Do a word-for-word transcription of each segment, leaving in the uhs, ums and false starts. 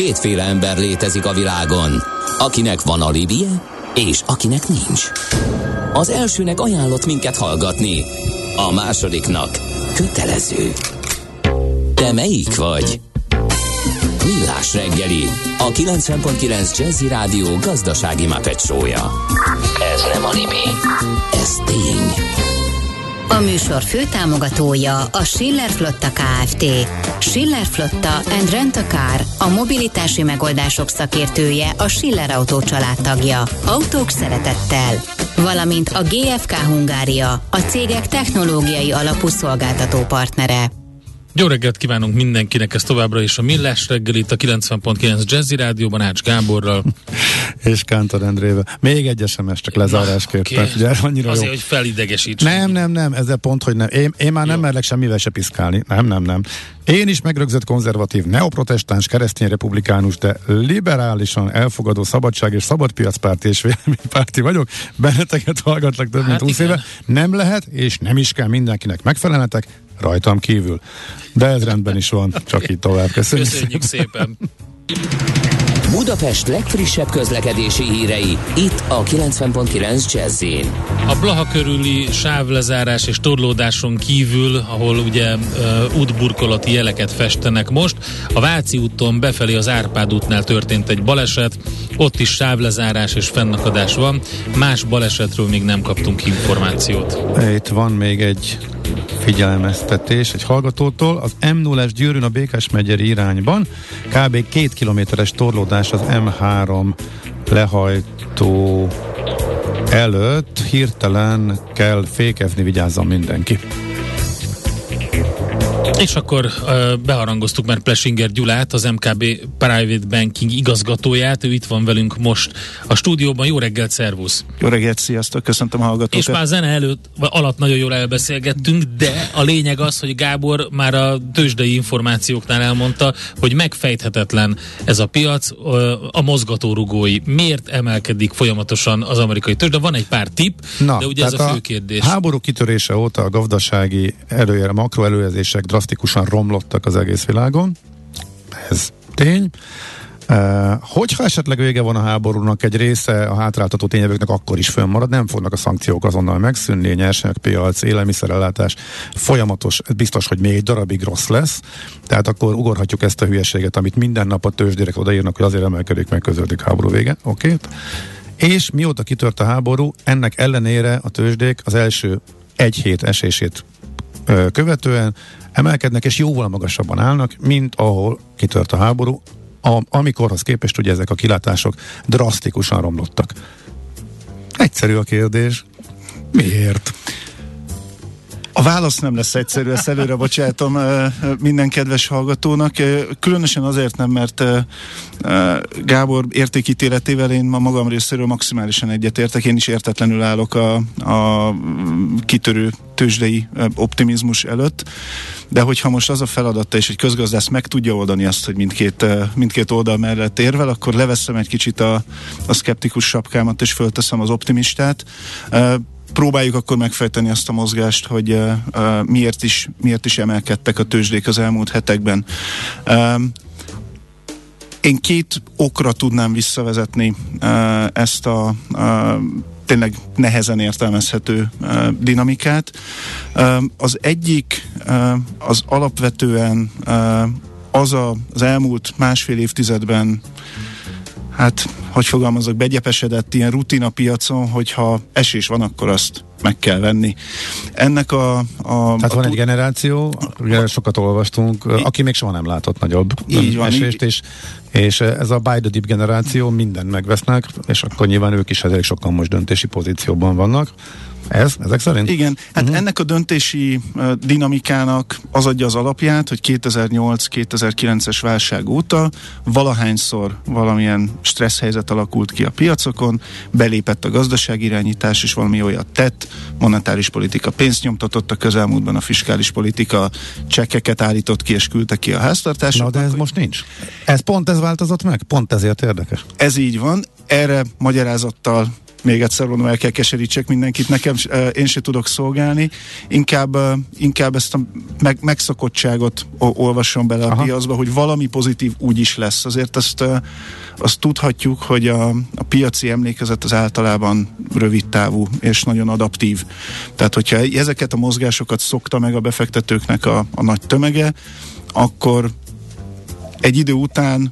kétféle ember létezik a világon, akinek van alibije, és akinek nincs. Az elsőnek ajánlott minket hallgatni, a másodiknak kötelező. Te melyik vagy? Millás reggeli, a kilencven pont kilenc Jazzy Rádió gazdasági Muppet show-ja. Ez nem anime, ez tény. A műsor főtámogatója a Schiller Flotta Kft. Schiller Flotta and Rent a Car, a mobilitási megoldások szakértője, a Schiller Autó családtagja. Autók szeretettel. Valamint a gé ef ká Hungária, a cégek technológiai alapú szolgáltató partnere. Jó reggelt kívánunk mindenkinek, ez továbbra is a Millás reggel itt a kilencven pont kilenc Jazzy Rádióban Ács Gáborral. És Kántor Endrével. Még egy es em es csak lezárásképp. Okay. Ugye, annyira azért, jó. hogy felidegesíts. Nem, nem, nem, ezzel pont, hogy nem. Én, én már jó. nem merlek semmivel se piszkálni. Nem, nem, nem. Én is megrögzött konzervatív, neoprotestáns, keresztény republikánus, de liberálisan elfogadó szabadság és szabadpiacpárti és véleménypárti vagyok. Benneteket hallgatlak több mint húsz éve. Nem lehet, és nem is kell mindenkinek megfelelnetek, rajtam kívül. De ez rendben is van, csak így tovább. Köszönjük, Köszönjük szépen. Budapest legfrissebb közlekedési hírei, itt a kilencven pont kilenc Jazzyn. A Blaha körüli sávlezárás és torlódáson kívül, ahol ugye uh, útburkolati jeleket festenek most, a Váci úton befelé az Árpád útnál történt egy baleset, ott is sávlezárás és fennakadás van, más balesetről még nem kaptunk információt. Itt van még egy figyelmeztetés egy hallgatótól. Az em nullás Győrűn a Békás-megyeri irányban kb. két kilométeres torlódás az em három lehajtó előtt, hirtelen kell fékezni, vigyázzon mindenki. És akkor uh, beharangoztuk már Plesinger Gyulát, az em ká bé Private Banking igazgatóját, ő itt van velünk most a stúdióban. Jó reggelt, szervusz! Jó reggelt, sziasztok, köszöntöm a hallgatókat! És már a zene előtt, alatt nagyon jól elbeszélgettünk, de a lényeg az, hogy Gábor már a tőzsdei információknál elmondta, hogy megfejthetetlen ez a piac, a mozgatórugói. Miért emelkedik folyamatosan az amerikai tőzsde? Van egy pár tipp, Na, de ugye ez a fő kérdés. A háború kitörése óta a gazdasági előjel, makroelőjelzések drasztikusan romlottak az egész világon. Ez tény. Uh, hogyha esetleg vége van a háborúnak, egy része a hátráltató tényezőknek akkor is fönnmarad, nem fognak a szankciók azonnal megszűnni, nyersanyagpiac, élelmiszerellátás folyamatos, biztos, hogy még egy darabig rossz lesz, tehát akkor ugorhatjuk ezt a hülyeséget, amit minden nap a tőzsdérek odaírnak, hogy azért emelkedik, meg közöldik háború vége, oké? Okay. És mióta kitört a háború, ennek ellenére a tőzsdék az első egy hét esését ö, követően emelkednek, és jóval magasabban állnak, mint ahol kitört a háború, a, amikorhoz képest ugye ezek a kilátások drasztikusan romlottak. Egyszerű a kérdés. Miért? A válasz nem lesz egyszerű, ezt előre bocsátom minden kedves hallgatónak. Különösen azért nem, mert Gábor értékítéletével én ma magam részéről maximálisan egyetértek. Én is értetlenül állok a, a kitörő tőzsdei optimizmus előtt. De hogyha most az a feladata, és egy közgazdász meg tudja oldani azt, hogy mindkét, mindkét oldal mellett érvel, akkor leveszem egy kicsit a, a szkeptikus sapkámat, és fölteszem az optimistát. Próbáljuk akkor megfejteni azt a mozgást, hogy uh, uh, miért, is, miért is emelkedtek a tőzsdék az elmúlt hetekben. Uh, én két okra tudnám visszavezetni uh, ezt a uh, tényleg nehezen értelmezhető uh, dinamikát. Uh, az egyik uh, az alapvetően uh, az a, az elmúlt másfél évtizedben hát, hogy fogalmazok, begyepesedett ilyen rutina piacon, hogyha esés van, akkor azt meg kell venni. Ennek a... a Tehát a van t- egy generáció, ugye sokat olvastunk, I- aki még soha nem látott nagyobb így van, esést, és, és ez a buy the dip generáció mindent megvesznek, és akkor nyilván ők is elég sokan most döntési pozícióban vannak. Ez, ezek szerint? Igen, hát uh-huh. ennek a döntési uh, dinamikának az adja az alapját, hogy kétezer-nyolc kétezer-kilences válság óta valahányszor valamilyen stressz helyzet alakult ki a piacokon, belépett a gazdaságirányítás, és valami olyat tett, monetáris politika pénzt nyomtatott, a közelmúltban a fiskális politika csekkeket állított ki, és küldte ki a háztartásoknak. Na, de ez most nincs. Ez pont ez változott meg? Pont ezért érdekes. Ez így van. Erre magyarázattal még egyszer mondom, el kell keserítsek mindenkit, nekem én se tudok szolgálni, inkább, inkább ezt a meg, megszokottságot olvasom bele a Aha. piacba, hogy valami pozitív úgy is lesz. Azért azt, azt tudhatjuk, hogy a, a piaci emlékezet az általában rövid távú és nagyon adaptív. Tehát, hogyha ezeket a mozgásokat szokta meg a befektetőknek a, a nagy tömege, akkor egy idő után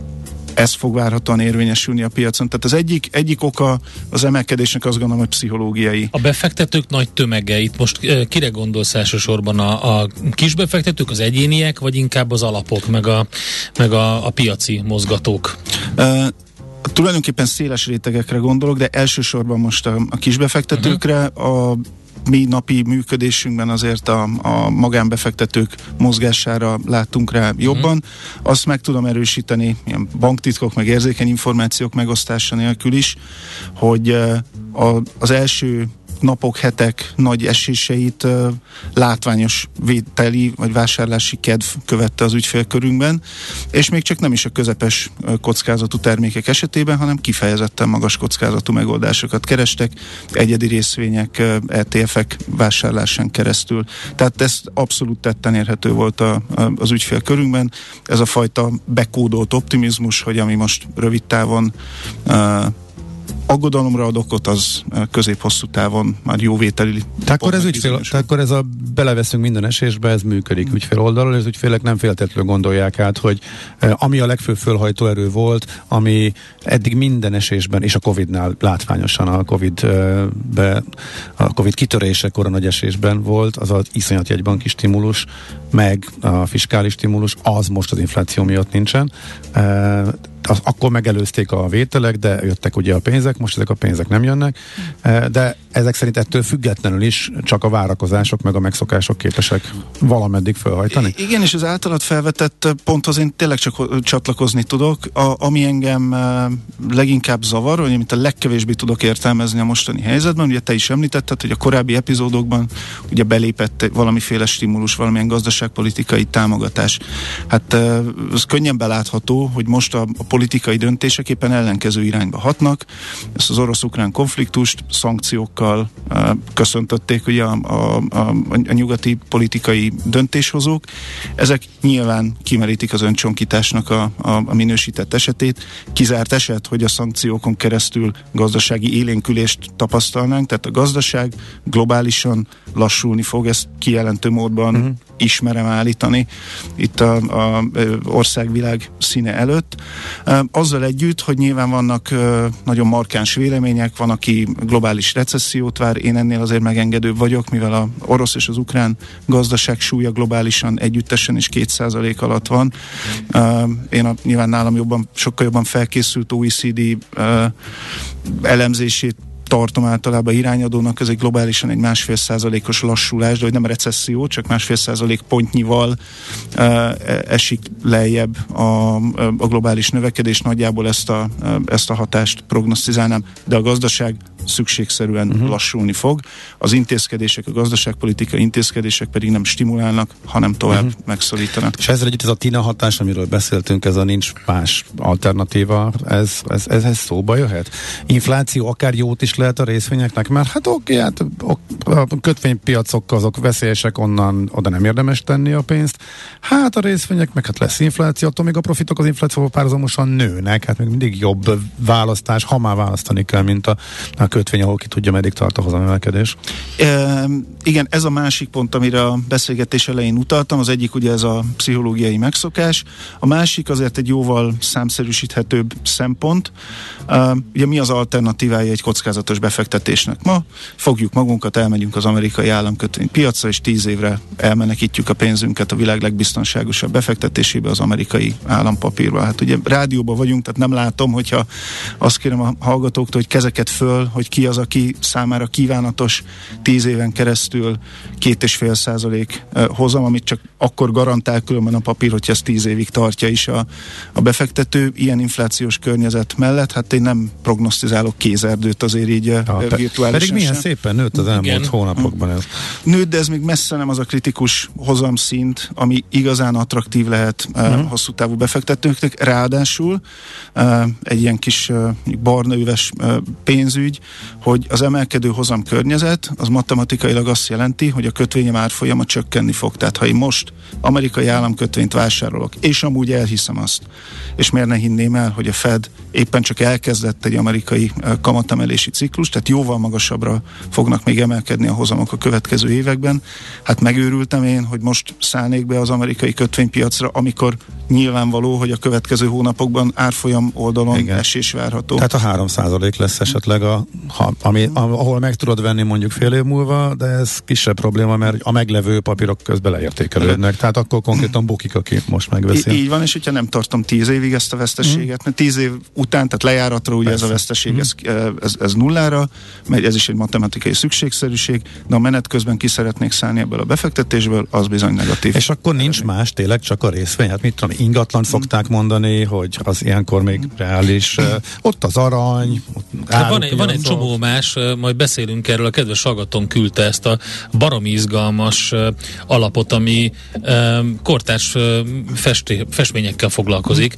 ez fog várhatóan érvényesülni a piacon. Tehát az egyik, egyik oka az emelkedésnek azt gondolom, hogy pszichológiai. A befektetők nagy tömege, itt most kire gondolsz elsősorban? A, a kisbefektetők, az egyéniek, vagy inkább az alapok, meg a, meg a, a piaci mozgatók? Uh, tulajdonképpen széles rétegekre gondolok, de elsősorban most a, a kisbefektetőkre, uh-huh. a mi napi működésünkben azért a, a magánbefektetők mozgására látunk rá jobban. Mm. Azt meg tudom erősíteni, ilyen banktitkok, meg érzékeny információk megosztása nélkül is, hogy a, az első napok, hetek nagy eséseit uh, látványos vételi vagy vásárlási kedv követte az ügyfélkörünkben, és még csak nem is a közepes uh, kockázatú termékek esetében, hanem kifejezetten magas kockázatú megoldásokat kerestek, egyedi részvények, uh, é té ef-ek vásárlásán keresztül. Tehát ez abszolút tetten érhető volt a, a, az ügyfélkörünkben. Ez a fajta bekódolt optimizmus, hogy ami most rövid távon uh, aggodalomra ad okot, az közép-hosszú távon már jó vételi. Tehát akkor ez ügyfél, tehát akkor ez a beleveszünk minden esésbe, ez működik ügyfél oldalról, és az ügyfélek nem féltetlenül gondolják át, hogy ami a legfőbb fölhajtó erő volt, ami eddig minden esésben, és a Covidnál látványosan a Covid, be, a Covid kitörésekor a nagy esésben volt, az az iszonyat jegybanki stimulus, meg a fiskális stimulus, az most az infláció miatt nincsen. Az, akkor megelőzték a vételek, de jöttek ugye a pénzek, most ezek a pénzek nem jönnek, de ezek szerint ettől függetlenül is csak a várakozások meg a megszokások képesek valameddig felhajtani. I- igen, és az általad felvetett ponthoz én tényleg csak csatlakozni tudok. A, ami engem leginkább zavar, vagy amit a legkevésbé tudok értelmezni a mostani helyzetben, ugye te is említetted, hogy a korábbi epizódokban ugye belépett valamiféle stimulus, valamilyen gazdaságpolitikai támogatás. Hát az könnyen belátható, hogy most a, a politikai döntések éppen ellenkező irányba hatnak. Ezt az orosz-ukrán konfliktust szankciókkal uh, köszöntötték ugye a, a, a, a nyugati politikai döntéshozók. Ezek nyilván kimerítik az öncsonkításnak a, a, a minősített esetét. Kizárt eset, hogy a szankciókon keresztül gazdasági élénkülést tapasztalnánk, tehát a gazdaság globálisan lassulni fog, ezt kijelentő módban uh-huh. ismerem állítani itt a, a országvilág színe előtt. Azzal együtt, hogy nyilván vannak nagyon markáns vélemények, van, aki globális recessziót vár, én ennél azért megengedőbb vagyok, mivel az orosz és az ukrán gazdaság súlya globálisan együttesen is két százalék alatt van. Én a, nyilván nálam jobban, sokkal jobban felkészült o e cé dé elemzését tartom általában irányadónak, ez egy globálisan egy másfél százalékos lassulás, de hogy nem recesszió, csak másfél százalék pontnyival uh, esik lejjebb a, a globális növekedés, nagyjából ezt a, ezt a hatást prognosztizálnám, de a gazdaság szükségszerűen uh-huh. lassulni fog. Az intézkedések, a gazdaságpolitikai intézkedések pedig nem stimulálnak, hanem tovább uh-huh. megszorítanak. És ezzel együtt ez a TINA hatás, amiről beszéltünk, ez a nincs más alternatíva, ez, ez, ez, ez szóba jöhet? Infláció akár jót is lehet a részvényeknek, mert hát oké, hát a kötvénypiacok azok veszélyesek, onnan oda nem érdemes tenni a pénzt. Hát a részvények, meg hát lesz infláció, attól még a profitok az inflációval párhuzamosan nőnek, hát még mindig jobb választás, ha már választani kell, mint a, a kötvény, ahol ki tudja, meddig tart a hozamemelkedés. E, igen, ez a másik pont, amire a beszélgetés elején utaltam, az egyik ugye ez a pszichológiai megszokás, a másik azért egy jóval számszerűsíthetőbb szempont. E, ugye mi az alternatívája egy kockázatos befektetésnek? Ma fogjuk magunkat, elmegyünk az amerikai államkötvénypiacra, és tíz évre elmenekítjük a pénzünket a világ legbiztonságosabb befektetésébe, az amerikai állampapírba. Hát ugye rádióban vagyunk, tehát nem látom, hogyha azt kérem a hallgatóktól, hogy kezeket föl, hogy ki az, aki számára kívánatos tíz éven keresztül két és fél százalék hozam, amit csak akkor garantál különben a papír, hogyha ez tíz évig tartja is a, a befektető. Ilyen inflációs környezet mellett, hát én nem prognosztizálok kézerdőt azért így ha, virtuálisan. Pedig milyen sem. Szépen nőtt az elmúlt Igen. hónapokban ez. Nőtt, de ez még messze nem az a kritikus hozamszint, ami igazán attraktív lehet uh-huh. uh, hosszú távú befektetőknek. Ráadásul uh, egy ilyen kis uh, barnaüves uh, pénzügy, hogy az emelkedő hozam környezet, az matematikailag azt jelenti, hogy a kötvényem árfolyama csökkenni fog. Tehát ha én most amerikai államkötvényt vásárolok, és amúgy elhiszem azt, és miért ne hinném el, hogy a Fed éppen csak elkezdett egy amerikai kamatemelési ciklus, tehát jóval magasabbra fognak még emelkedni a hozamok a következő években. Hát megőrültem én, hogy most szállnék be az amerikai kötvénypiacra, amikor nyilvánvaló, hogy a következő hónapokban árfolyam oldalon igen. esés várható. Tehát a három százalék lesz esetleg, a, ha, ami, ahol meg tudod venni mondjuk fél év múlva, de ez kisebb probléma, mert a meglevő papírok közben leértékelődnek. Tehát akkor konkrétan bukik, aki most megveszi. Í- így van, és hogyha nem tartom tíz évig ezt a veszteséget, mert tíz év után, tehát lejáratra ugye persze. ez a veszteség, ez, ez, ez nullára megy, ez is egy matematikai szükségszerűség, de a menet közben ki szeretnék szállni ebből a befektetésből, az bizony negatív. És akkor nincs eredmény. Más, tényleg csak a részvény? Hát mit tudom, ingatlan szokták mondani, hogy az ilyenkor még reális. Ott az arany, ott van, egy, van egy csomó más, majd beszélünk erről, a kedves hallgatón küldte ezt a baromi izgalmas alapot, ami kortárs festé, festményekkel foglalkozik,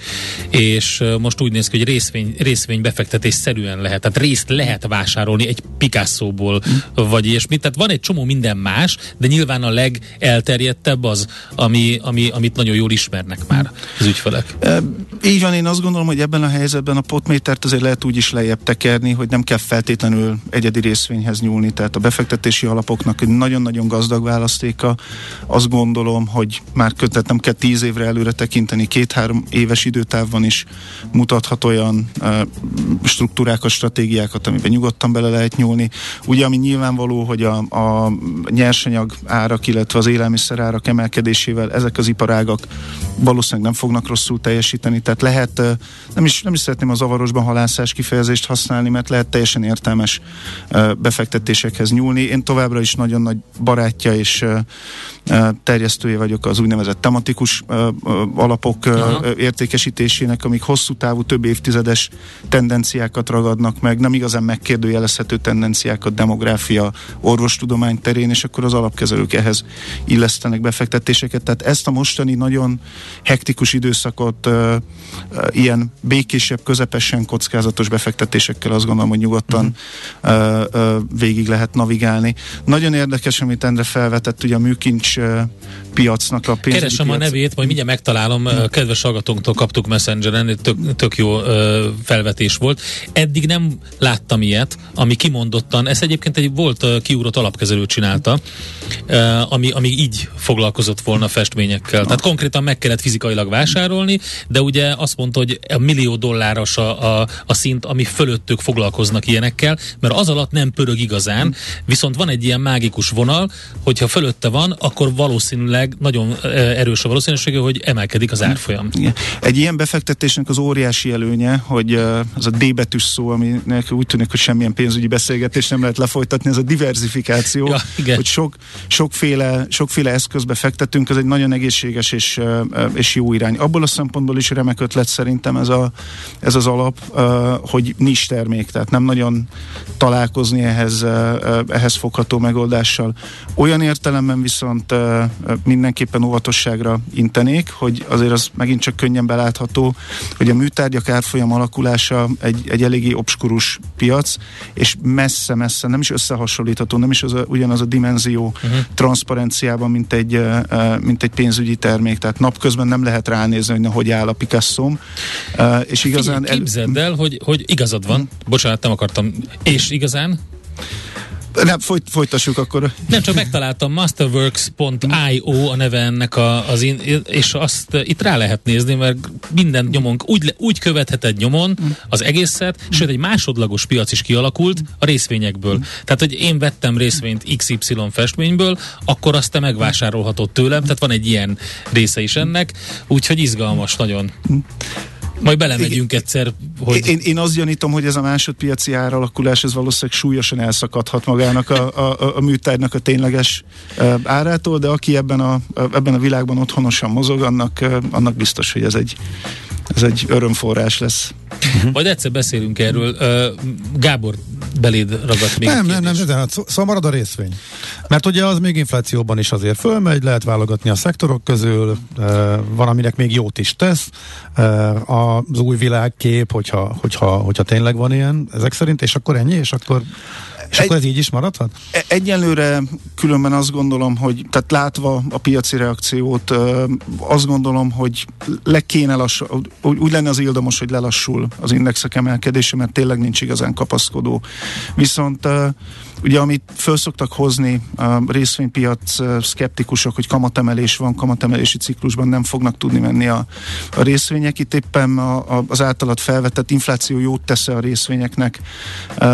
és most úgy néz ki, hogy részvény, részvény befektetés szerűen lehet, tehát részt lehet vásárolni egy Picasso-ból, vagy ilyesmit, tehát van egy csomó minden más, de nyilván a legelterjedtebb az, ami, ami, amit nagyon jól ismernek már az ügyfelek. E, így van, én azt gondolom, hogy ebben a helyzetben a potmétert azért lehet úgy is lejjebb tekerni, hogy nem kell feltétlenül egyedi részvényhez nyúlni, tehát a befektetési alapoknak egy nagyon-nagyon gazdag választéka. Azt gondolom, hogy már kötet nem kell tíz évre előre tekinteni, két-három éves időtávban is mutathat olyan uh, struktúrákat, stratégiákat, amiben nyugodtan bele lehet nyúlni. Ugye, ami nyilvánvaló, hogy a, a nyersanyag árak, illetve az élelmiszer árak emelkedésével ezek az iparágak valószínűleg nem fognak rosszul teljesíteni, tehát lehet, uh, nem is, nem is szeretném a zavarosban halászás kifejezést használni, mert lehet teljesen értelmes uh, befektetésekhez nyúlni. Én továbbra is nagyon nagy barátja és uh, uh, terjesztője vagyok az úgynevezett tematikus uh, uh, alapok uh, értékesítésének, amik hosszú távú, több évtizedes tendenciákat ragadnak meg, nem igazán megkérdőjelezhető tendenciákat, demográfia, orvostudomány terén, és akkor az alapkezelők ehhez illesztenek befektetéseket. Tehát ezt a mostani nagyon hektikus időszakot uh, uh, ilyen békésebb, közepesen kockázatos befektetésekkel azt gondolom, hogy nyugodtan uh-huh. uh, uh, végig lehet navigálni. Nagyon érdekes, amit Endre felvetett, ugye a műkincs uh, piacnak a pénzügyi Keresem piac. a nevét, majd mindjárt megtalálom, uh, kedves hallgatónktól kaptuk Messengeren, tök, tök jó uh, felvetés volt. Eddig nem láttam ilyet, ami kimondottan, ez egyébként egy volt uh, kiugrott alapkezelő csinálta, uh, ami, ami így foglalkozott volna festményekkel. Tehát konkrétan meg kellett fizikailag vásárolni, de ugye azt mondta, hogy a millió dolláros a, a, a szint, ami fölöttük foglalkoznak ilyenekkel, mert az alatt nem pörög igazán, viszont van egy ilyen mágikus vonal, hogyha fölötte van, akkor valószínűleg nagyon erős a valószínűsége, hogy emelkedik az árfolyam. Igen. Egy ilyen befektetésnek az óriási előnye, hogy az a D betűs szó, aminek úgy tűnik, hogy semmilyen pénzügyi beszélgetés nem lehet lefolytatni, ez a diversifikáció, ja, hogy sok, sokféle, sokféle eszközbe fektetünk, ez egy nagyon egészséges és, és jó irány. Abból a szempontból is remek ötlet szerintem ez, a, ez az alap, hogy nincs termék, tehát nem nagyon találkozni ehhez, ehhez fogható megoldással. Olyan értelemben viszont mindenképpen óvatosságra intenék, hogy azért az megint csak könnyen belátható, hogy a műtárgyak árfolyam alakulása egy, egy eléggé obskurus piac, és messze-messze nem is összehasonlítható, nem is az a, ugyanaz a dimenzió uh-huh. transzparenciában, mint egy, mint egy pénzügyi termék, tehát napközben nem lehet ránézni, hogy na, hogy áll a Picasso-m. És igazán... Figyelj, képzeld el, hogy, hogy igazad van, uh-huh. bocsánat, nem akartam, és igazán? Nem, folyt, folytassuk akkor. Nem, csak megtaláltam masterworks pont io a neve ennek a, az in, és azt itt rá lehet nézni, mert minden nyomon, úgy, úgy követheted nyomon az egészet, sőt egy másodlagos piac is kialakult a részvényekből. Tehát, hogy én vettem részvényt iksz ipszilon festményből, akkor azt te megvásárolhatod tőlem, tehát van egy ilyen része is ennek, úgyhogy izgalmas nagyon. Majd belemegyünk egyszer, hogy... Én, én azt gyanítom, hogy ez a másodpiaci áralakulás, ez valószínűleg súlyosan elszakadhat magának a, a, a műtárgynak a tényleges uh, árától, de aki ebben a, ebben a világban otthonosan mozog, annak, uh, annak biztos, hogy ez egy, ez egy örömforrás lesz. Uh-huh. Majd egyszer beszélünk erről. Uh, Gábor, beléd ragadt még Nem, nem, nem, nem, szóval marad a részvény. Mert ugye az még inflációban is azért fölmegy, lehet válogatni a szektorok közül, van, aminek még jót is tesz, az új világkép, hogyha, hogyha, hogyha tényleg van ilyen, ezek szerint, és akkor ennyi, és akkor És Egy, akkor ez így is maradhat? Egyelőre különben azt gondolom, hogy tehát látva a piaci reakciót, azt gondolom, hogy le kéne lassul, úgy lenne az ildomos, hogy lelassul az indexek emelkedése, mert tényleg nincs igazán kapaszkodó. Viszont ugye amit föl szoktak hozni a részvénypiac szkeptikusok, hogy kamatemelés van, kamatemelési ciklusban nem fognak tudni menni a, a részvények. Itt éppen a, a, az általad felvetett infláció jót tesz a részvényeknek uh,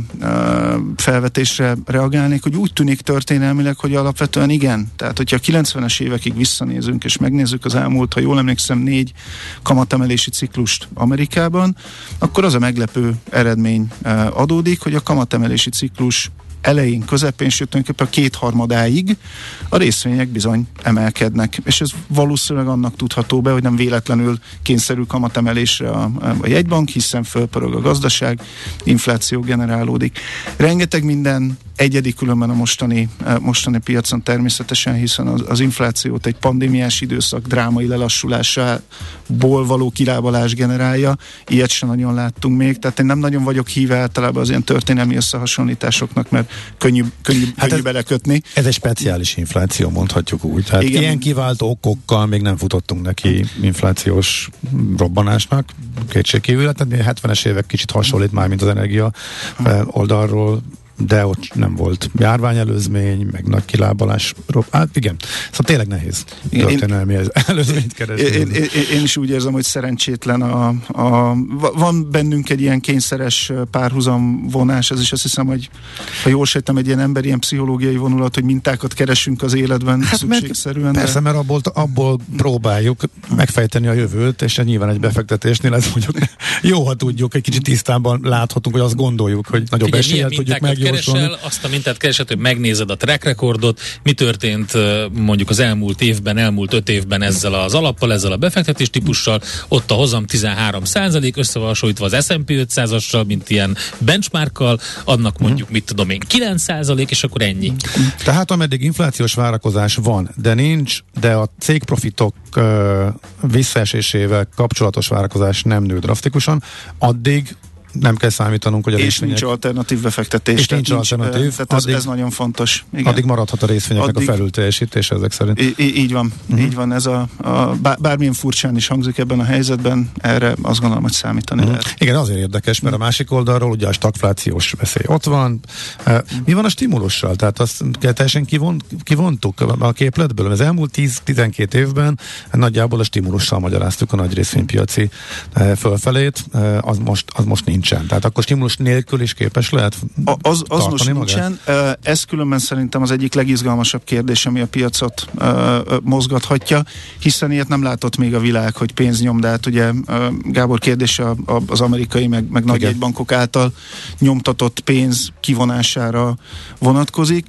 uh, felvetésre reagálnék, hogy úgy tűnik történelmileg, hogy alapvetően igen. Tehát, hogyha a kilencvenes évekig visszanézünk, és megnézzük az elmúlt, ha jól emlékszem, négy kamatemelési ciklust Amerikában, akkor az a meglepő eredmény uh, adódik, hogy a kamatemelési ciklus elején, közepén, sőt tulajdonképpen a kétharmadáig a részvények bizony emelkednek. És ez valószínűleg annak tudható be, hogy nem véletlenül kényszerül kamatemelésre a, a jegybank, hiszen fölpörög a gazdaság, infláció generálódik. Rengeteg minden egyedi különben a mostani, mostani piacon természetesen, hiszen az, az inflációt egy pandémiás időszak drámai lelassulásából való kilábalás generálja. Ilyet sem nagyon láttunk még, tehát én nem nagyon vagyok híve általában az ilyen történelmi összehasonlításoknak, mert könnyű, könnyű, hát könnyű ez, belekötni. Ez egy speciális infláció, mondhatjuk úgy. Tehát igen, ilyen kiváltó okokkal még nem futottunk neki inflációs robbanásnak, kétségkívül. Tehát hetvenes évek kicsit hasonlít már, mint az energia oldalról, de ott nem volt járványelőzmény, meg nagy kilábalás. Hát igen, szóval tényleg nehéz történelmi előzményt keresni. Én, én, én is úgy érzem, hogy szerencsétlen a, a, van bennünk egy ilyen kényszeres párhuzamvonás, ez is azt hiszem, hogy ha jól sejtem, egy ilyen emberi, ilyen pszichológiai vonulat, hogy mintákat keresünk az életben hát szükségszerűen. Mert, persze, mert abból, abból próbáljuk megfejteni a jövőt, és nyilván egy befektetésnél ez mondjuk jó, ha tudjuk, egy kicsit tisztában láthatunk, hogy azt gondoljuk, hogy nagyobb eséllyel tudjuk meg. Keresel, azt a mintát keresed, hogy megnézed a track recordot, mi történt mondjuk az elmúlt évben, elmúlt öt évben ezzel az alappal, ezzel a befektetés típussal, ott a hozam tizenhárom százalék, összehasonlítva az es and pé ötszázassal, mint ilyen benchmarkkal, annak mondjuk, mit tudom én, kilenc százalék, és akkor ennyi. Tehát ameddig inflációs várakozás van, de nincs, de a cégprofitok uh, visszaesésével kapcsolatos várakozás nem nő drasztikusan, addig nem kell számítanunk, hogy a és részvények... nincs alternatív befektetés. És nincs alternatív. Tehát ez, ez nagyon fontos. Igen. Addig maradhat a részvényeknek addig, a felülteljesítés ezek szerint. Í- így van, uh-huh. így van. Ez a, a, bármilyen furcsán is hangzik ebben a helyzetben, erre azt gondolom, hogy számítani uh-huh. lehet. Igen, azért érdekes, mert a másik oldalról ugye a stagflációs veszély ott van. Mi van a stimulussal? Tehát azt teljesen kivont, kivontuk a képletből. Az elmúlt tíz-tizenkét évben nagyjából a stimulussal magyaráztuk a nagy részvénypiaci fölfelét. Az most, az most nincs. Tehát akkor stimulus nélkül is képes lehet a, az, az most nincsen. Ez különben szerintem az egyik legizgalmasabb kérdés, ami a piacot uh, mozgathatja, hiszen ilyet nem látott még a világ, hogy pénznyomdát, ugye uh, Gábor kérdése a, a, az amerikai, meg, meg nagy jegybankok által nyomtatott pénz kivonására vonatkozik.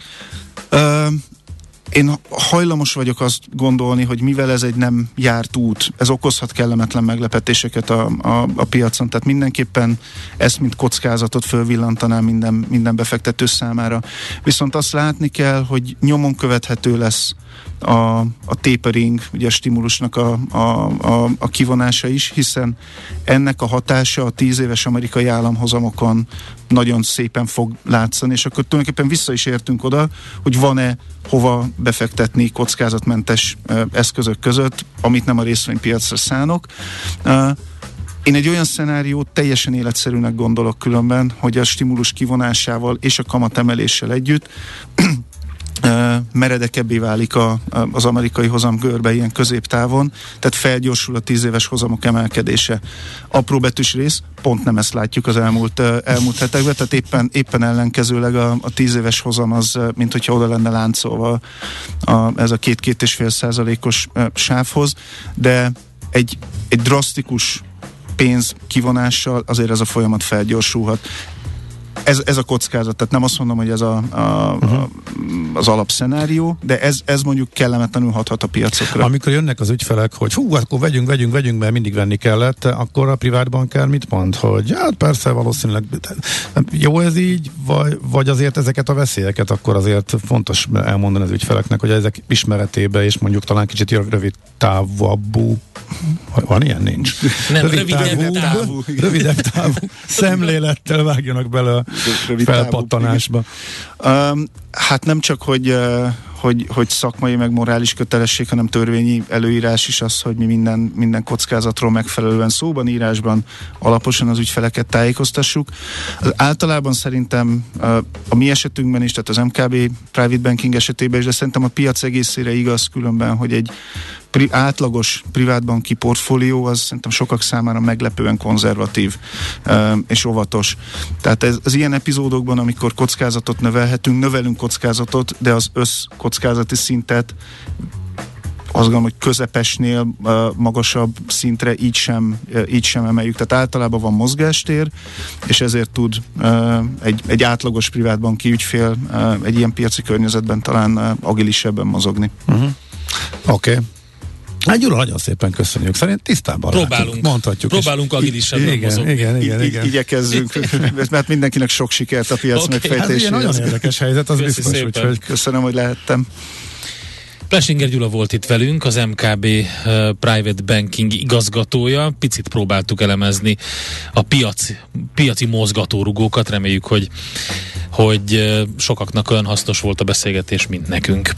Uh, Én hajlamos vagyok azt gondolni, hogy mivel ez egy nem járt út, ez okozhat kellemetlen meglepetéseket a, a, a piacon, tehát mindenképpen ezt, mint kockázatot fölvillantanám minden, minden befektető számára. Viszont azt látni kell, hogy nyomon követhető lesz a, a tapering, ugye a stimulusnak a, a, a, a kivonása is, hiszen ennek a hatása a tíz éves amerikai államhozamokon nagyon szépen fog látszani, és akkor tulajdonképpen vissza is értünk oda, hogy van-e hova befektetni kockázatmentes uh, eszközök között, amit nem a részvénypiacra szánok. Uh, Én egy olyan szenáriót teljesen életszerűnek gondolok különben, hogy a stimulus kivonásával és a kamatemeléssel együtt meredekebbé válik a, az amerikai hozam görbe ilyen középtávon, tehát felgyorsul a tíz éves hozamok emelkedése. Apró betűs rész, pont nem ezt látjuk az elmúlt, elmúlt hetekben, tehát éppen, éppen ellenkezőleg a, a tíz éves hozam az, mint hogyha oda lenne láncolva a, ez a két-két és fél százalékos sávhoz, de egy, egy drasztikus pénz kivonással azért ez a folyamat felgyorsulhat. ez, ez a kockázat, tehát nem azt mondom, hogy ez a, a, uh-huh. a, az alapszenárió, de ez, ez mondjuk kellemetlenül hathat a piacokra. Amikor jönnek az ügyfelek, hogy hú, akkor vegyünk, vegyünk, vegyünk, mert mindig venni kellett, akkor a privát bankár mit mond? Hogy hát persze, valószínűleg jó ez így, vagy, vagy azért ezeket a veszélyeket akkor azért fontos elmondani az ügyfeleknek, hogy ezek ismeretébe és mondjuk talán kicsit rövid távú. Van ilyen? Nincs. Nem, rövid rövidebb távú, távú. Rövidebb távú szemlélettel vágjanak bele a felpattanásba. Um, hát nem csak, hogy, uh, hogy, hogy szakmai meg morális kötelesség, hanem törvényi előírás is az, hogy mi minden, minden kockázatról megfelelően szóban, írásban alaposan az ügyfeleket tájékoztassuk. Az általában szerintem uh, a mi esetünkben is, tehát az em ká bé Private Banking esetében is, de szerintem a piac egészére igaz különben, hogy egy pri- átlagos privátbanki portfólió az szerintem sokak számára meglepően konzervatív uh, és óvatos. Tehát ez, az ilyen epizódokban, amikor kockázatot növelhetünk, növelünk kockázatot, de az összkockázati szintet azt gondolom, hogy közepesnél uh, magasabb szintre így sem, uh, így sem emeljük. Tehát általában van mozgástér, és ezért tud uh, egy, egy átlagos privátbanki ügyfél uh, egy ilyen piaci környezetben talán uh, agilisebben mozogni. Uh-huh. Oké. Okay. Hát Gyula, nagyon szépen köszönjük. Szerint tisztában próbálunk, látjuk, mondhatjuk. Próbálunk agilisebben igen, mozogni. Igen, igen, igen. I- igyekezzünk, mert mindenkinek sok sikert a piac Okay, megfejtéséhez. Hát nagyon érdekes helyzet, az Köszi biztos, úgyhogy Köszönöm, hogy lehettem. Plesinger Gyula volt itt velünk, az em ká bé uh, Private Banking igazgatója. Picit próbáltuk elemezni a piac, piaci mozgatórugókat. Reméljük, hogy, hogy uh, sokaknak olyan hasznos volt a beszélgetés, mint nekünk.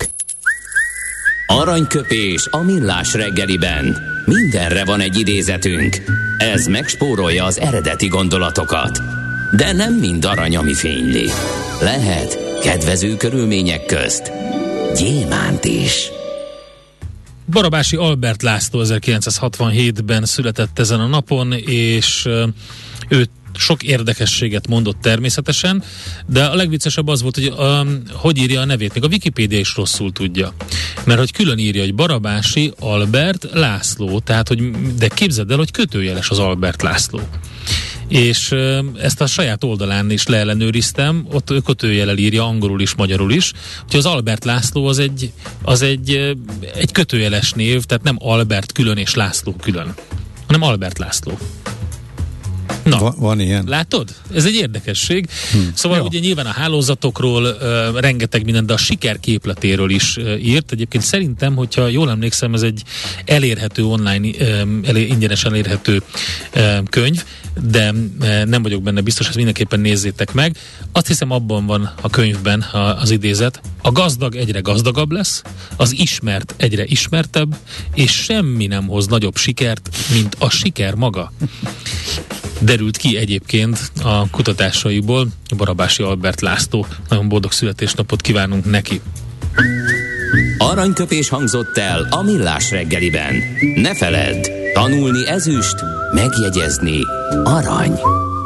Aranyköpés a millás reggeliben. Mindenre van egy idézetünk. Ez megspórolja az eredeti gondolatokat. De nem mind arany, ami fényli. Lehet kedvező körülmények közt gyémánt is. Barabási Albert László ezerkilencszázhatvanhétben született ezen a napon, és ő sok érdekességet mondott természetesen, de a legviccesebb az volt, hogy um, hogy írja a nevét. Még a Wikipédia is rosszul tudja. Mert hogy külön írja, hogy Barabási Albert László, tehát hogy, de képzeld el, hogy kötőjeles az Albert László. És uh, ezt a saját oldalán is leellenőriztem, ott ő kötőjellel írja angolul is, magyarul is, úgyhogy az Albert László az egy, az egy, egy kötőjeles név, tehát nem Albert külön és László külön, hanem Albert László. Na, Va, van ilyen. Látod? Ez egy érdekesség. Hmm. Szóval Jó. ugye nyilván a hálózatokról uh, rengeteg minden, de a sikerképletéről is uh, írt. Egyébként szerintem, hogyha jól emlékszem, ez egy elérhető online, um, elé, ingyenesen elérhető um, könyv, de uh, nem vagyok benne biztos, ezt mindenképpen nézzétek meg. Azt hiszem, abban van a könyvben a, az idézet: a gazdag egyre gazdagabb lesz, az ismert egyre ismertebb, és semmi nem hoz nagyobb sikert, mint a siker maga. Derült ki egyébként a kutatásaiból Barabási Albert László. Nagyon boldog születésnapot kívánunk neki. Aranyköpés hangzott el a millás reggeliben. Ne feledd, tanulni ezüst, megjegyezni arany.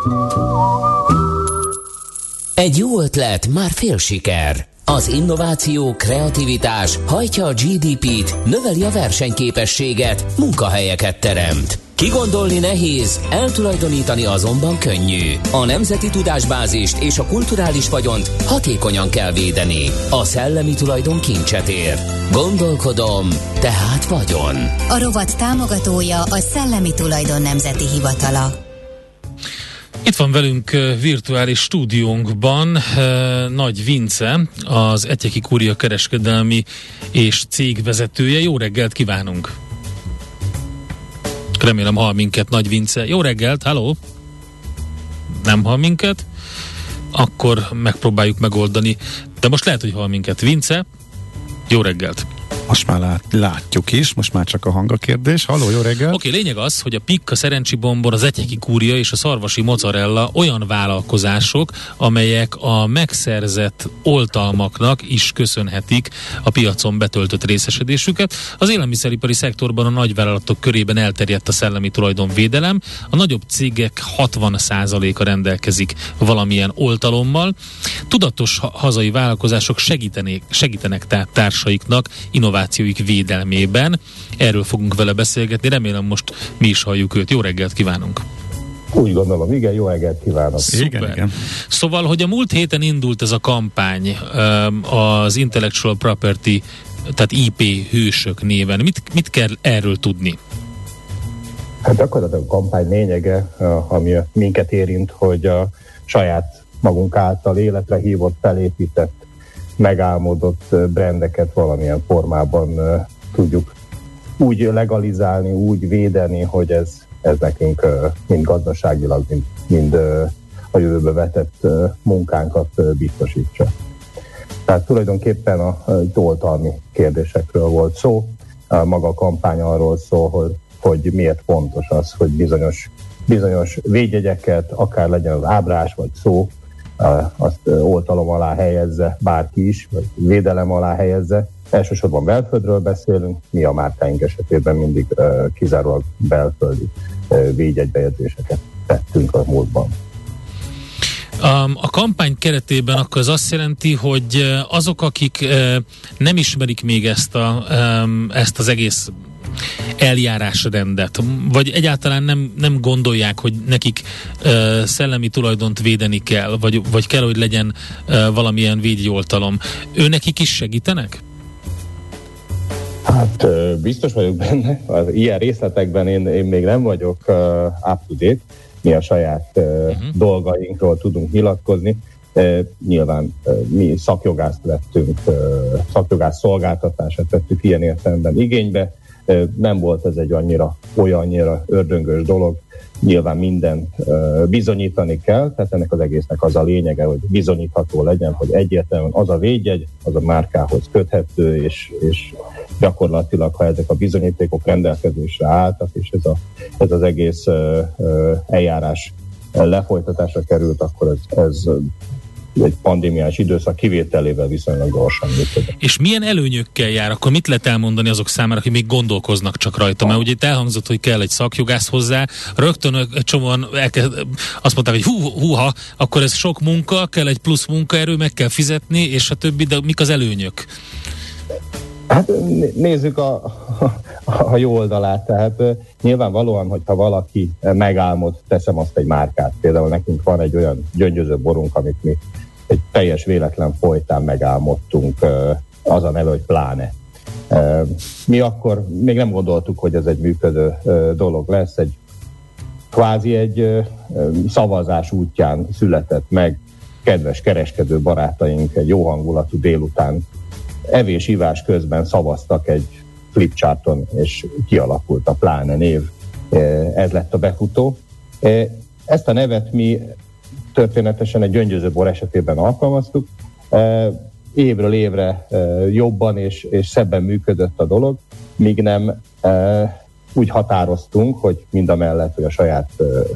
Egy jó ötlet már fél siker. Az innováció, kreativitás hajtja a gé dé pét, növeli a versenyképességet, munkahelyeket teremt. Kigondolni nehéz, eltulajdonítani azonban könnyű. A nemzeti tudásbázist és a kulturális vagyont hatékonyan kell védeni. A szellemi tulajdon kincset ér. Gondolkodom, tehát vagyon. A rovat támogatója a Szellemi Tulajdon Nemzeti Hivatala. Itt van velünk virtuális stúdiónkban Nagy Vince, az Etyeki Kúria kereskedelmi és cégvezetője. Jó reggelt kívánunk! Remélem hall minket Nagy Vince. Jó reggelt, halló! Nem hall minket? Akkor megpróbáljuk megoldani. De most lehet, hogy hall minket. Vince, jó reggelt! Most már lát, látjuk is, most már csak a hang a kérdés. Halló, jó reggel! Oké, okay, lényeg az, hogy a Pikka, Szerencsi Bombon, az Etyeki Kúria és a Szarvasi Mozzarella olyan vállalkozások, amelyek a megszerzett oltalmaknak is köszönhetik a piacon betöltött részesedésüket. Az élelmiszeripari szektorban a nagyvállalatok körében elterjedt a szellemi tulajdonvédelem. A nagyobb cégek hatvan százaléka rendelkezik valamilyen oltalommal. Tudatos hazai vállalkozások segítenek, segítenek tehát társaiknak innovációik védelmében. Erről fogunk vele beszélgetni. Remélem most mi is halljuk őt. Jó reggelt kívánunk! Úgy gondolom, igen, jó reggelt kívánok. Szuper. Igen, igen. Szóval, hogy a múlt héten indult ez a kampány az Intellectual Property, tehát I P hősök néven. Mit, mit kell erről tudni? Hát gyakorlatilag a kampány lényege, ami minket érint, hogy a saját magunk által életre hívott, felépített, megálmodott brandeket valamilyen formában tudjuk úgy legalizálni, úgy védeni, hogy ez, ez nekünk mind gazdaságilag, mind, mind a jövőbe vetett munkánkat biztosítsa. Tehát tulajdonképpen a oltalmi kérdésekről volt szó, a maga a kampány arról szól, hogy, hogy miért fontos az, hogy bizonyos, bizonyos védjegyeket, akár legyen az ábrás vagy szó, azt oltalom alá helyezze bárki is, vagy védelem alá helyezze. Elsősorban belföldről beszélünk, mi a márkáink esetében mindig uh, kizárólag belföldi uh, védjegybejegyzéseket tettünk a múltban. A kampány keretében akkor az azt jelenti, hogy azok, akik nem ismerik még ezt, a, ezt az egész eljárásrendet, vagy egyáltalán nem, nem gondolják, hogy nekik szellemi tulajdont védeni kell, vagy, vagy kell, hogy legyen valamilyen védjegyoltalom. Ő nekik is segítenek? Hát biztos vagyok benne. Az ilyen részletekben én, én még nem vagyok up to date. Mi a saját uh, uh-huh. dolgainkról tudunk nyilatkozni. Uh, nyilván uh, mi szakjogászt vettünk, uh, szakjogász szolgáltatását vettük ilyen értelemben igénybe. Uh, nem volt ez egy annyira, olyannyira ördöngös dolog. Nyilván mindent uh, bizonyítani kell, tehát ennek az egésznek az a lényege, hogy bizonyítható legyen, hogy egyértelműen az a védjegy, az a márkához köthető, és, és gyakorlatilag, ha ezek a bizonyítékok rendelkezésre álltak, és ez, a, ez az egész uh, uh, eljárás lefolytatásra került, akkor ez, ez egy pandémiás időszak kivételével viszonylag gyorsan működik. És milyen előnyökkel jár? Akkor mit lehet elmondani azok számára, akik még gondolkoznak csak rajta? Mert ugye itt elhangzott, hogy kell egy szakjogász hozzá, rögtön egy csomóan elkezd, azt mondták, hogy hú, húha, akkor ez sok munka, kell egy plusz munkaerő, meg kell fizetni, és a többi, de mik az előnyök? Hát nézzük a, a, a jó oldalát, tehát nyilvánvalóan, hogyha valaki megálmod, teszem azt egy márkát, például nekünk van egy olyan gyöngyöző borunk, amit mi egy teljes véletlen folytán megálmodtunk, az a neve, hogy Pláne. Mi akkor még nem gondoltuk, hogy ez egy működő dolog lesz, egy kvázi egy szavazás útján született meg, kedves kereskedő barátaink egy jó hangulatú délután evés-ivás közben szavaztak egy flipcharton, és kialakult a Pláne név. Ez lett a befutó. Ezt a nevet mi történetesen egy gyöngyöző bor esetében alkalmaztuk. Évről évre jobban és, és szebben működött a dolog, míg nem úgy határoztunk, hogy mindamellett, hogy a saját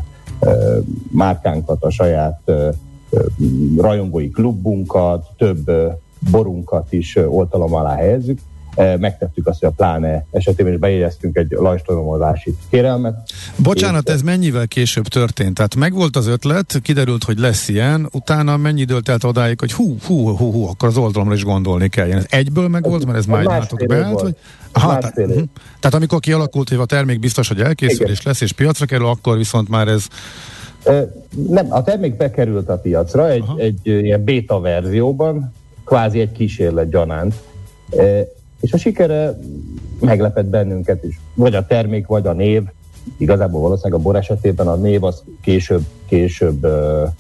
márkánkat, a saját rajongói klubunkat, több borunkat is oltalom alá helyezzük. Megtettük azt, hogy a Pláne esetében is bejegyeztünk egy lajstromozási kérelmet. Bocsánat, ez mennyivel később történt? Tehát megvolt az ötlet, kiderült, hogy lesz ilyen, utána mennyi időt telt odáig, hogy hú, hú, hú, hú, akkor az oldalomra is gondolni kell. Ez egyből megvolt, mert ez már egy nálatok beállt? Vagy? Aha, tehát, uh-huh. tehát amikor kialakult, hogy a termék biztos, hogy elkészül, igen, és lesz, és piacra kerül, akkor viszont már ez... Nem, a termék bekerült a piacra egy, egy ilyen beta verzióban, kvázi egy kísérlet gyanánt, és a sikere meglepett bennünket is. Vagy a termék, vagy a név. Igazából valószínűleg a bor esetében a név az később, később,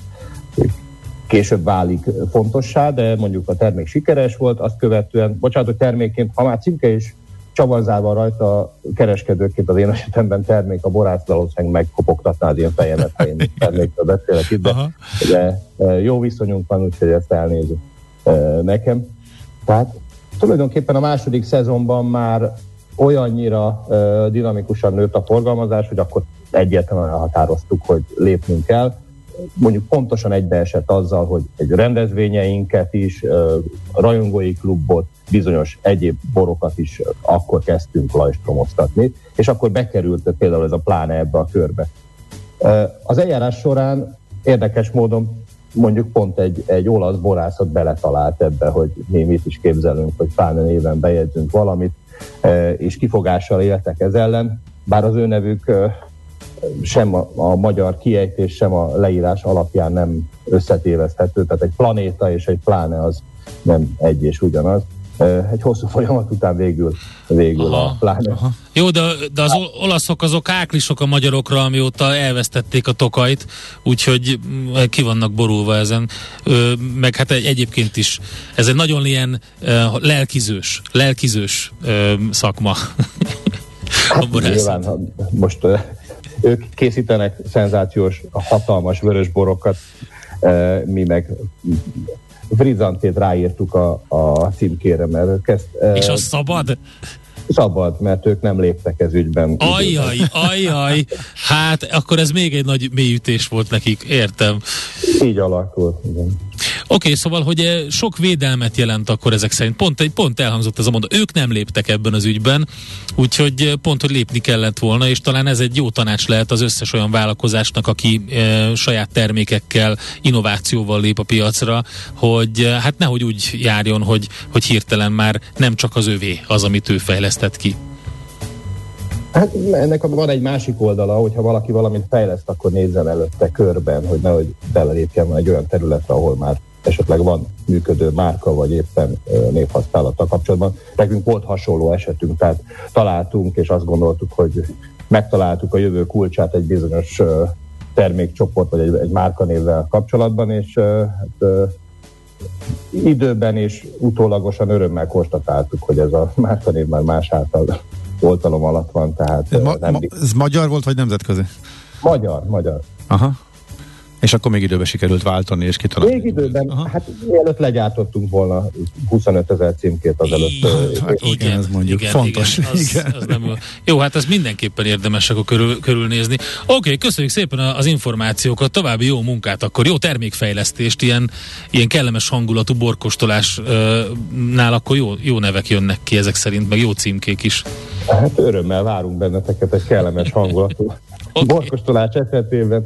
később válik fontossá, de mondjuk a termék sikeres volt, azt követően, bocsánat, hogy termékként, ha már címke is csavanzával rajta kereskedőként az én esetemben termék, a borász valószínűleg megkopogtatná az én fejemet, ha én termékről beszélek itt, de, de jó viszonyunk van, úgyhogy ezt elnézünk nekem. Tehát tulajdonképpen a második szezonban már olyannyira uh, dinamikusan nőtt a forgalmazás, hogy akkor egyértelműen határoztuk, hogy lépnünk kell. Mondjuk pontosan egybeesett azzal, hogy egy rendezvényeinket is, uh, rajongói klubot, bizonyos egyéb borokat is uh, akkor kezdtünk lajstromoztatni, és akkor bekerült például ez a Pláne ebbe a körbe. Uh, az eljárás során érdekes módon mondjuk pont egy, egy olasz borászat beletalált ebbe, hogy mi mit is képzelünk, hogy Pláne néven bejegyzünk valamit, és kifogással éltek ez ellen, bár az ő nevük sem a, a magyar kiejtés, sem a leírás alapján nem összetéveszthető, tehát egy planéta és egy pláne az nem egy és ugyanaz. Egy hosszú folyamat után végül, végül aha, a pláne. Aha. Jó, de, de az olaszok azok áklisok a magyarokra, amióta elvesztették a Tokajt, úgyhogy ki vannak borulva ezen. Ö, meg hát egy, egyébként is ez egy nagyon ilyen ö, lelkizős, lelkizős ö, szakma. Hát, nyilván, most ö, ők készítenek szenzációs, hatalmas vörös borokat, ö, mi meg Frizzantét ráírtuk a, a címkére, mert ők ezt... És az szabad? Szabad, mert ők nem léptek ez ügyben. Ajjaj, ajjaj, hát akkor ez még egy nagy mélyütés volt nekik, értem. Így alakult, igen. Oké, okay, szóval, hogy sok védelmet jelent akkor ezek szerint. Pont, egy pont elhangzott ez a mondat. Ők nem léptek ebben az ügyben, úgyhogy pont, hogy lépni kellett volna, és talán ez egy jó tanács lehet az összes olyan vállalkozásnak, aki e, saját termékekkel, innovációval lép a piacra, hogy e, hát nehogy úgy járjon, hogy, hogy hirtelen már nem csak az övé az, amit ő fejlesztett ki. Hát ennek van egy másik oldala, hogyha valaki valamit fejleszt, akkor nézzen előtte körben, hogy nehogy belelépjen egy olyan területre, ahol már esetleg van működő márka, vagy éppen névhasználattal kapcsolatban. Nekünk volt hasonló esetünk, tehát találtunk, és azt gondoltuk, hogy megtaláltuk a jövő kulcsát egy bizonyos termékcsoport, vagy egy, egy márkanévvel kapcsolatban, és hát, időben és utólagosan örömmel konstatáltuk, hogy ez a márkanév már más által oltalom alatt van, tehát... Ez, ma, ma, ez magyar volt, vagy nemzetközi? Magyar, magyar. Aha. És akkor még időben sikerült váltani, és kitalálni. Még időben, aha. Hát mielőtt legyártottunk volna huszonöt ezer címkét azelőtt. Hát, igen, ez mondjuk igen, fontos. Igen, az, igen. Az nem, jó, hát ez mindenképpen érdemes akkor körül, körülnézni. Oké, okay, köszönjük szépen az információkat, további jó munkát, akkor jó termékfejlesztést, ilyen, ilyen kellemes hangulatú borkóstolásnál akkor jó, jó nevek jönnek ki ezek szerint, meg jó címkék is. Hát örömmel várunk benneteket egy kellemes hangulatú okay. borkóstolás esetében,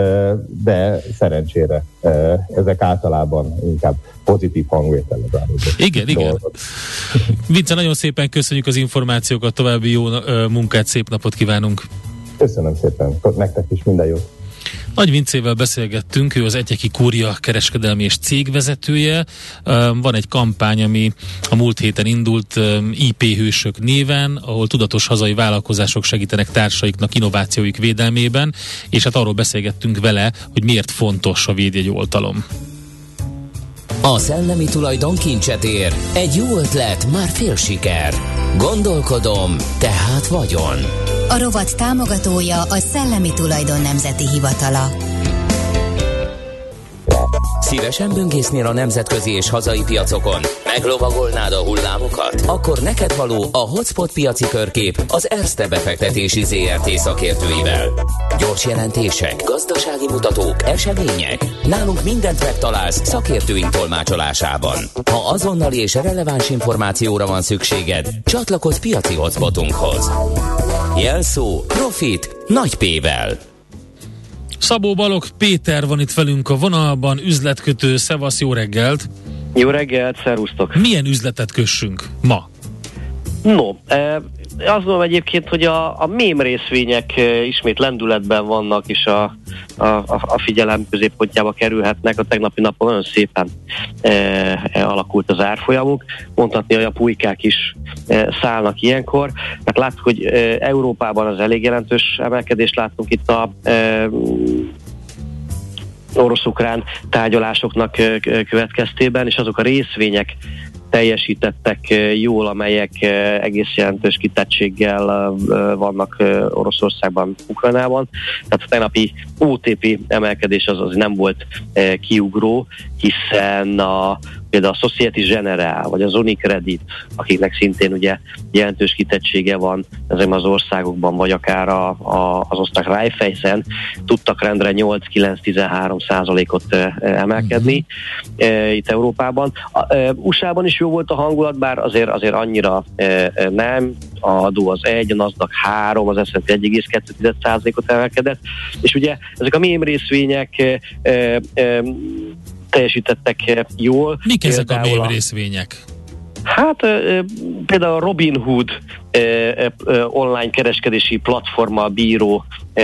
de szerencsére ezek általában inkább pozitív hangvételre zárulnak. Igen, igen. Vince, nagyon szépen köszönjük az információkat, további jó munkát, szép napot kívánunk. Köszönöm szépen, nektek is minden jót. Nagy Vincével beszélgettünk, ő az Egyeki Kúria kereskedelmi és cégvezetője. Van egy kampány, ami a múlt héten indult, í pé Hősök néven, ahol tudatos hazai vállalkozások segítenek társaiknak innovációik védelmében, és hát arról beszélgettünk vele, hogy miért fontos a védjegyoltalom. A szellemi tulajdon kincset ér, egy jó ötlet már fél siker. Gondolkodom, tehát vagyon. A rovat támogatója a Szellemi Tulajdon Nemzeti Hivatala. Szívesen böngésznél a nemzetközi és hazai piacokon? Meglovagolnád a hullámokat? Akkor neked való a Hotspot piaci körkép az Erste befektetési zé er té szakértőivel. Gyors jelentések, gazdasági mutatók, események. Nálunk mindent megtalálsz szakértőink tolmácsolásában. Ha azonnali és releváns információra van szükséged, csatlakozz piaci hotspotunkhoz. Jelszó Profit nagy P-vel. Szabó Balogh Péter van itt velünk a vonalban, üzletkötő. Szevasz, jó reggelt! Jó reggelt, szervusztok! Milyen üzletet kössünk ma? No, eh, azt gondolom egyébként, hogy a, a mém részvények eh, ismét lendületben vannak, és a, a, a figyelem középpontjába kerülhetnek. A tegnapi napon nagyon szépen eh, alakult az árfolyamuk. Mondhatni, hogy a pulykák is eh, szállnak ilyenkor. Tehát láttuk, hogy eh, Európában az elég jelentős emelkedést láttunk itt a eh, orosz-ukrán tárgyalásoknak eh, következtében, és azok a részvények teljesítettek jól, amelyek egész jelentős kitettséggel vannak Oroszországban, Ukrajnában. Tehát a tegnapi o té pé emelkedés az, az nem volt kiugró, hiszen a, például a Société Générale vagy az Unicredit, akiknek szintén ugye jelentős kitettsége van ezekben az országokban, vagy akár a, a, az osztrák Raiffeisen, tudtak rendre nyolc-kilenc-tizenhárom százalékot emelkedni uh-huh. itt Európában. A, u es á-ban is jó volt a hangulat, bár azért, azért annyira nem. A adó az egy, a Nasdaq három, az es and pé egy egész kettő százalékot emelkedett, és ugye ezek a mém részvények e, e, e, teljesítettek jól. Mik ezek a mém részvények? Hát például a Robinhood online kereskedési platformmal bíró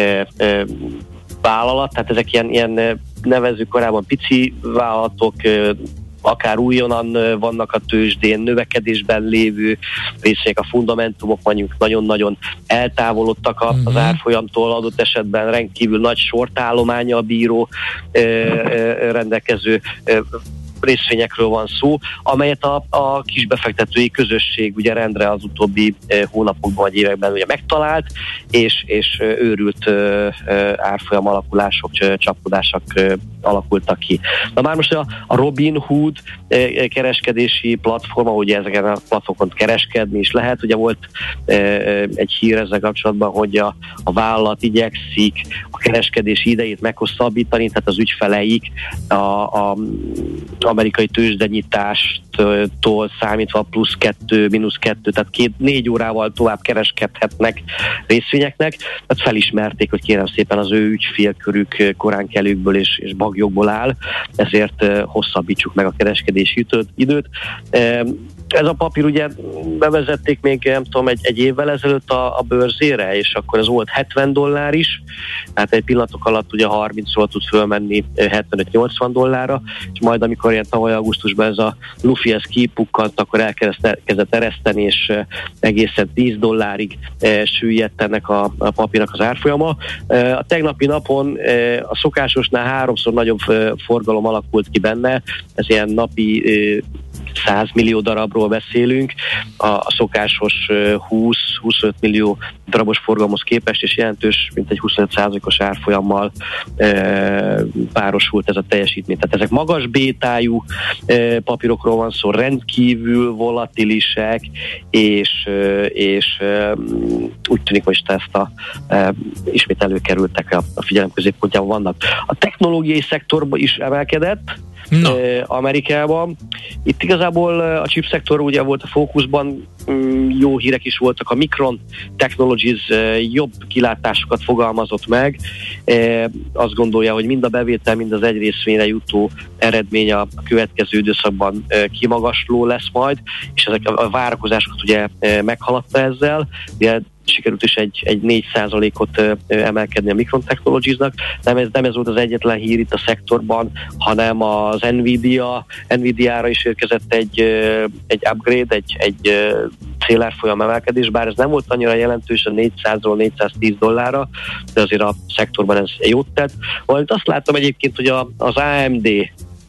vállalat, tehát ezek ilyen, ilyen nevezzük korábban pici vállalatok, akár újonnan vannak a tőzsdén, növekedésben lévő részek, a fundamentumok mondjuk nagyon-nagyon eltávolodtak a, az árfolyamtól, adott esetben rendkívül nagy sortállománnyal bíró rendelkező részvényekről van szó, amelyet a, a kisbefektetői közösség ugye rendre az utóbbi eh, hónapokban vagy években ugye megtalált, és, és őrült eh, árfolyam alakulások, csapkodások eh, alakultak ki. Na már most a, a Robinhood eh, kereskedési platforma, ugye ezeken a platformon kereskedni is lehet, ugye volt eh, egy hír ezzel kapcsolatban, hogy a, a vállalat igyekszik a kereskedési idejét meghosszabbítani, tehát az ügyfeleik a, a amerikai tőzsdenyitástól számítva plusz kettő, mínusz kettő, tehát két, négy órával tovább kereskedhetnek részvényeknek. Tehát felismerték, hogy kérem szépen az ő ügyfélkörük koránkelőkből és, és bagyokból áll, ezért hosszabbítsuk meg a kereskedési időt. Ez a papír ugye bevezették még, nem tudom, egy, egy évvel ezelőtt a, a bőrzére, és akkor ez volt hetven dollár is, hát egy pillanatok alatt ugye harmincról tud fölmenni hetvenöt-nyolcvan dollárra, és majd amikor ilyen tavaly augusztusban ez a lufi ez kipukkant, akkor elkezdett ereszteni, és egészen tíz dollárig süllyedt ennek a, a papírnak az árfolyama. A tegnapi napon a szokásosnál háromszor nagyobb forgalom alakult ki benne, ez ilyen napi száz millió darabról beszélünk, a, a szokásos húsz-huszonöt millió darabos forgalomhoz képest, és jelentős, mint egy huszonöt százalékos árfolyammal e, párosult ez a teljesítmény. Tehát ezek magas bétájú e, papírokról van szó, rendkívül volatilisek, és, e, és e, úgy tűnik, hogy ezt a, e, ismét előkerültek a, a figyelem középpontjában vannak. A technológiai szektorban is emelkedett, No. Amerikában. Itt igazából a chip szektor ugye volt a fókuszban, jó hírek is voltak, a Micron Technologies jobb kilátásokat fogalmazott meg, azt gondolja, hogy mind a bevétel, mind az egy részvényre jutó eredmény a következő időszakban kimagasló lesz majd, és ezek a várakozásokat ugye meghaladta ezzel, ugye sikerült is egy, egy négy százalékot emelkedni a Micron Technologies-nak. Nem ez, nem ez volt az egyetlen hír itt a szektorban, hanem az Nvidia, Nvidia-ra is érkezett egy, egy upgrade, egy, egy célárfolyam emelkedés, bár ez nem volt annyira jelentős, a négyszázról négyszáztíz dollárra, de azért a szektorban ez jót tett. Valamint azt láttam egyébként, hogy a, az á em dé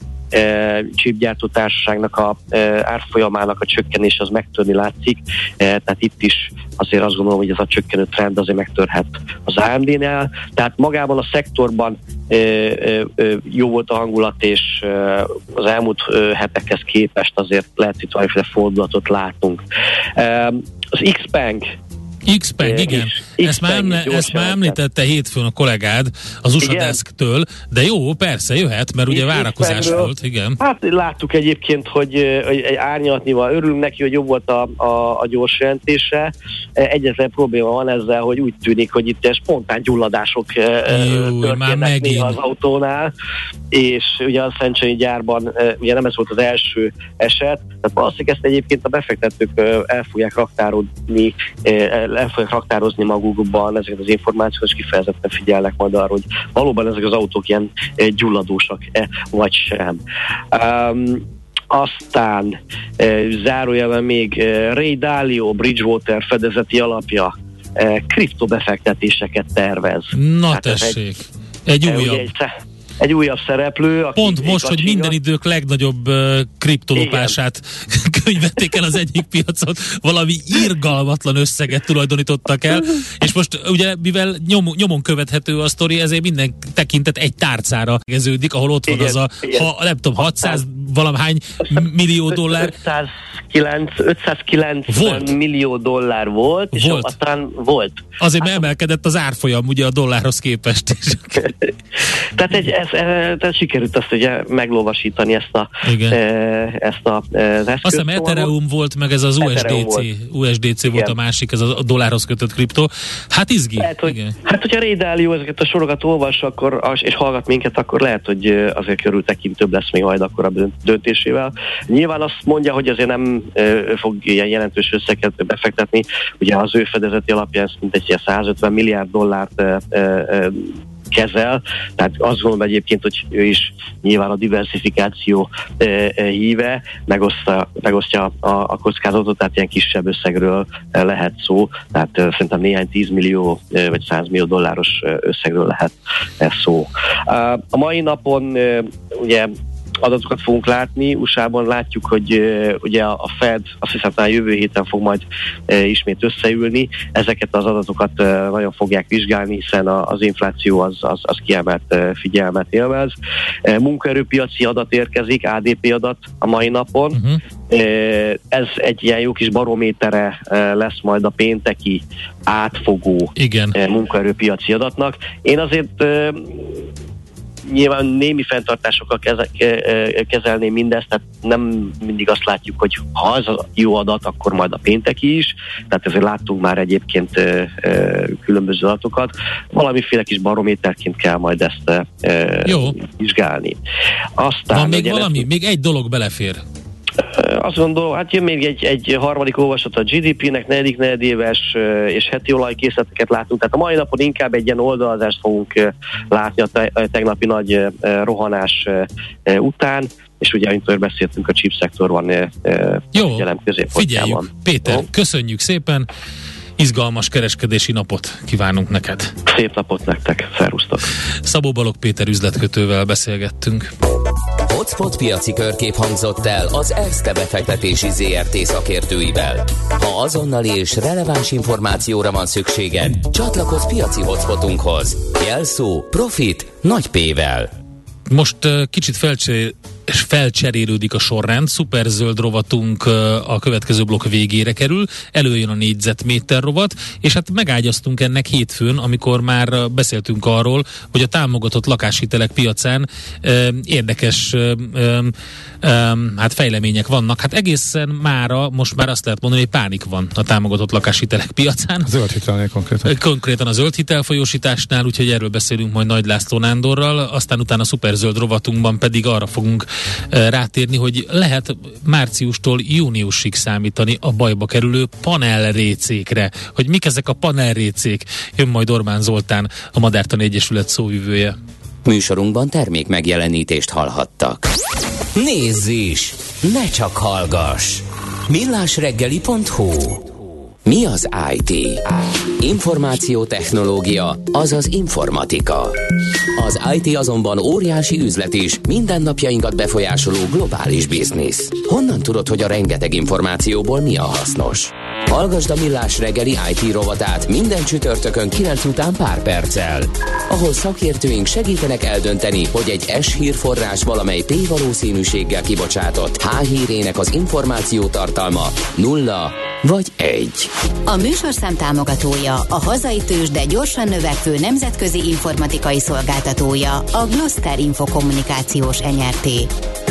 chipgyártó társaságnak a árfolyamának a csökkenés az megtörni látszik, tehát itt is azért azt gondolom, hogy ez a csökkenő trend azért megtörhet az á em dé-nél, tehát magában a szektorban jó volt a hangulat, és az elmúlt hetekhez képest azért lehet, hogy valamiféle fordulatot látunk. Az X-Bank X-Bank, igen. Ezt már, emle, ezt már említette hétfőn a kollégád az u es á Desk-től, de jó, persze jöhet, mert ugye várakozás volt, igen. Hát láttuk egyébként, hogy egy árnyalatnyival örülünk neki, hogy jobb volt a, a, a gyors jelentése. Egyetlen probléma van ezzel, hogy úgy tűnik, hogy itt spontán gyulladások jó, történnek néha az autónál, és ugye a Szentsenyi gyárban ugye nem ez volt az első eset, tehát valószínűleg ezt egyébként a befektetők el fogják raktározni, el fogják raktározni magukban ezeket az információkat, és kifejezetten figyelnek majd arra, hogy valóban ezek az autók ilyen gyulladósak-e, vagy sem. Um, aztán e, zárójelben még e, Ray Dalio, Bridgewater fedezeti alapja e, kriptobefektetéseket tervez. Na hát tessék, egy, egy újabb. Egy, Egy újabb szereplő. Aki Pont most, hogy minden idők legnagyobb uh, kriptolopását könyvették el az egyik piacon, valami irgalmatlan összeget tulajdonítottak el, és most ugye, mivel nyom, nyomon követhető a sztori, ezért minden tekintet egy tárcára kezdődik, ahol ott van igen, az a, ha, nem tudom, hatszáz valahány millió dollár. ötszázkilencven volt. Millió dollár volt, és volt. Aztán volt. Azért hát, emelkedett az árfolyam ugye a dollárhoz képest is. Tehát egy Ez, ez, ez sikerült azt ugye meglovasítani ezt a, e, ezt a, az eszközt. Azt hiszem Ethereum volt, meg ez az u es dé cé. u es dé cé volt a másik, ez a dollárhoz kötött kriptó. Hát izgi. Lehet, hogy, igen. Hát, hogyha Ray Dalio ezeket a sorokat olvas, akkor, és hallgat minket, akkor lehet, hogy azért körültekintőbb lesz még majd akkor a döntésével. Nyilván azt mondja, hogy azért nem fog ilyen jelentős összeget befektetni. Ugye az ő fedezeti alapján mint egy százötven milliárd dollárt kezel, tehát azt gondolom egyébként, hogy ő is nyilván a diversifikáció e, e, híve, megosztja, megosztja a, a kockázatot, tehát ilyen kisebb összegről e, lehet szó, tehát e, szerintem néhány tízmillió e, vagy százmillió dolláros összegről lehet e, szó. E, a mai napon e, ugye adatokat fogunk látni. u es á-ban látjuk, hogy uh, ugye a Fed azt hiszem talán jövő héten fog majd uh, ismét összeülni. Ezeket az adatokat uh, nagyon fogják vizsgálni, hiszen a, az infláció az, az, az kiemelt uh, figyelmet élvez. Uh, munkaerőpiaci adat érkezik, á dé pé adat a mai napon. Uh-huh. Uh, ez egy ilyen jó kis barométere uh, lesz majd a pénteki átfogó Igen. Uh, munkaerőpiaci adatnak. Én azért uh, nyilván némi fenntartásokkal kezelném mindezt, tehát nem mindig azt látjuk, hogy ha ez a jó adat, akkor majd a pénteki is, tehát ezért láttunk már egyébként különböző adatokat. Valamiféle kis barométerként kell majd ezt jó. vizsgálni. Aztán, van még valami? Lesz, még egy dolog belefér. Azt gondolom, hát jön még egy, egy harmadik olvasat a gé dé pé-nek, negyedik negyedéves és heti olajkészleteket látunk, tehát a mai napon inkább egy ilyen oldalazást fogunk látni a tegnapi nagy rohanás után, és ugye, amint beszéltünk, a chip szektor van jelen középpontjában. Figyeljük, Péter, Jó? Köszönjük szépen, izgalmas kereskedési napot kívánunk neked. Szép napot nektek, szervusztok. Szabó Balogh Péter üzletkötővel beszélgettünk. Hotspot piaci körkép hangzott el az Erste befektetési zé er té szakértőivel. Ha azonnali és releváns információra van szükséged, csatlakozz piaci hotspotunkhoz. Jelszó Profit nagy P-vel. Most uh, kicsit felcserél, felcserélődik a sorrend, szuperzöld rovatunk uh, a következő blokk végére kerül, előjön a négyzetméter rovat, és hát megágyaztunk ennek hétfőn, amikor már uh, beszéltünk arról, hogy a támogatott lakáshitelek piacán uh, érdekes uh, um, um, hát fejlemények vannak. Hát egészen mára most már azt lehet mondani, hogy pánik van a támogatott lakáshitelek piacán. A zöld hitelnél konkrétan. Konkrétan a zöld hitelfolyósításnál, úgyhogy erről beszélünk majd Nagy László Nándorral, aztán utána a szuperzöld rovatunkban pedig arra fogunk rátérni, hogy lehet márciustól júniusig számítani a bajba kerülő panelrécékre. Hogy mik ezek a panelrécék? Jön majd Orbán Zoltán, a Madártani Egyesület szóvivője. Műsorunkban termék megjelenítést hallhattak. Nézz is! Ne csak hallgass! millásreggeli pont hu. Mi az i té? Információtechnológia, azaz informatika. Az i té azonban óriási üzlet is, mindennapjainkat befolyásoló globális biznisz. Honnan tudod, hogy a rengeteg információból mi a hasznos? Hallgasd a Millás reggeli i té rovatát minden csütörtökön kilenc után pár perccel, ahol szakértőink segítenek eldönteni, hogy egy S hírforrás valamely P valószínűséggel kibocsátott H hírének az információ tartalma nulla vagy egy. A műsorszám támogatója, a hazai tőzsde gyorsan növekvő nemzetközi informatikai szolgáltatója, a Gloster Infokommunikációs en er té.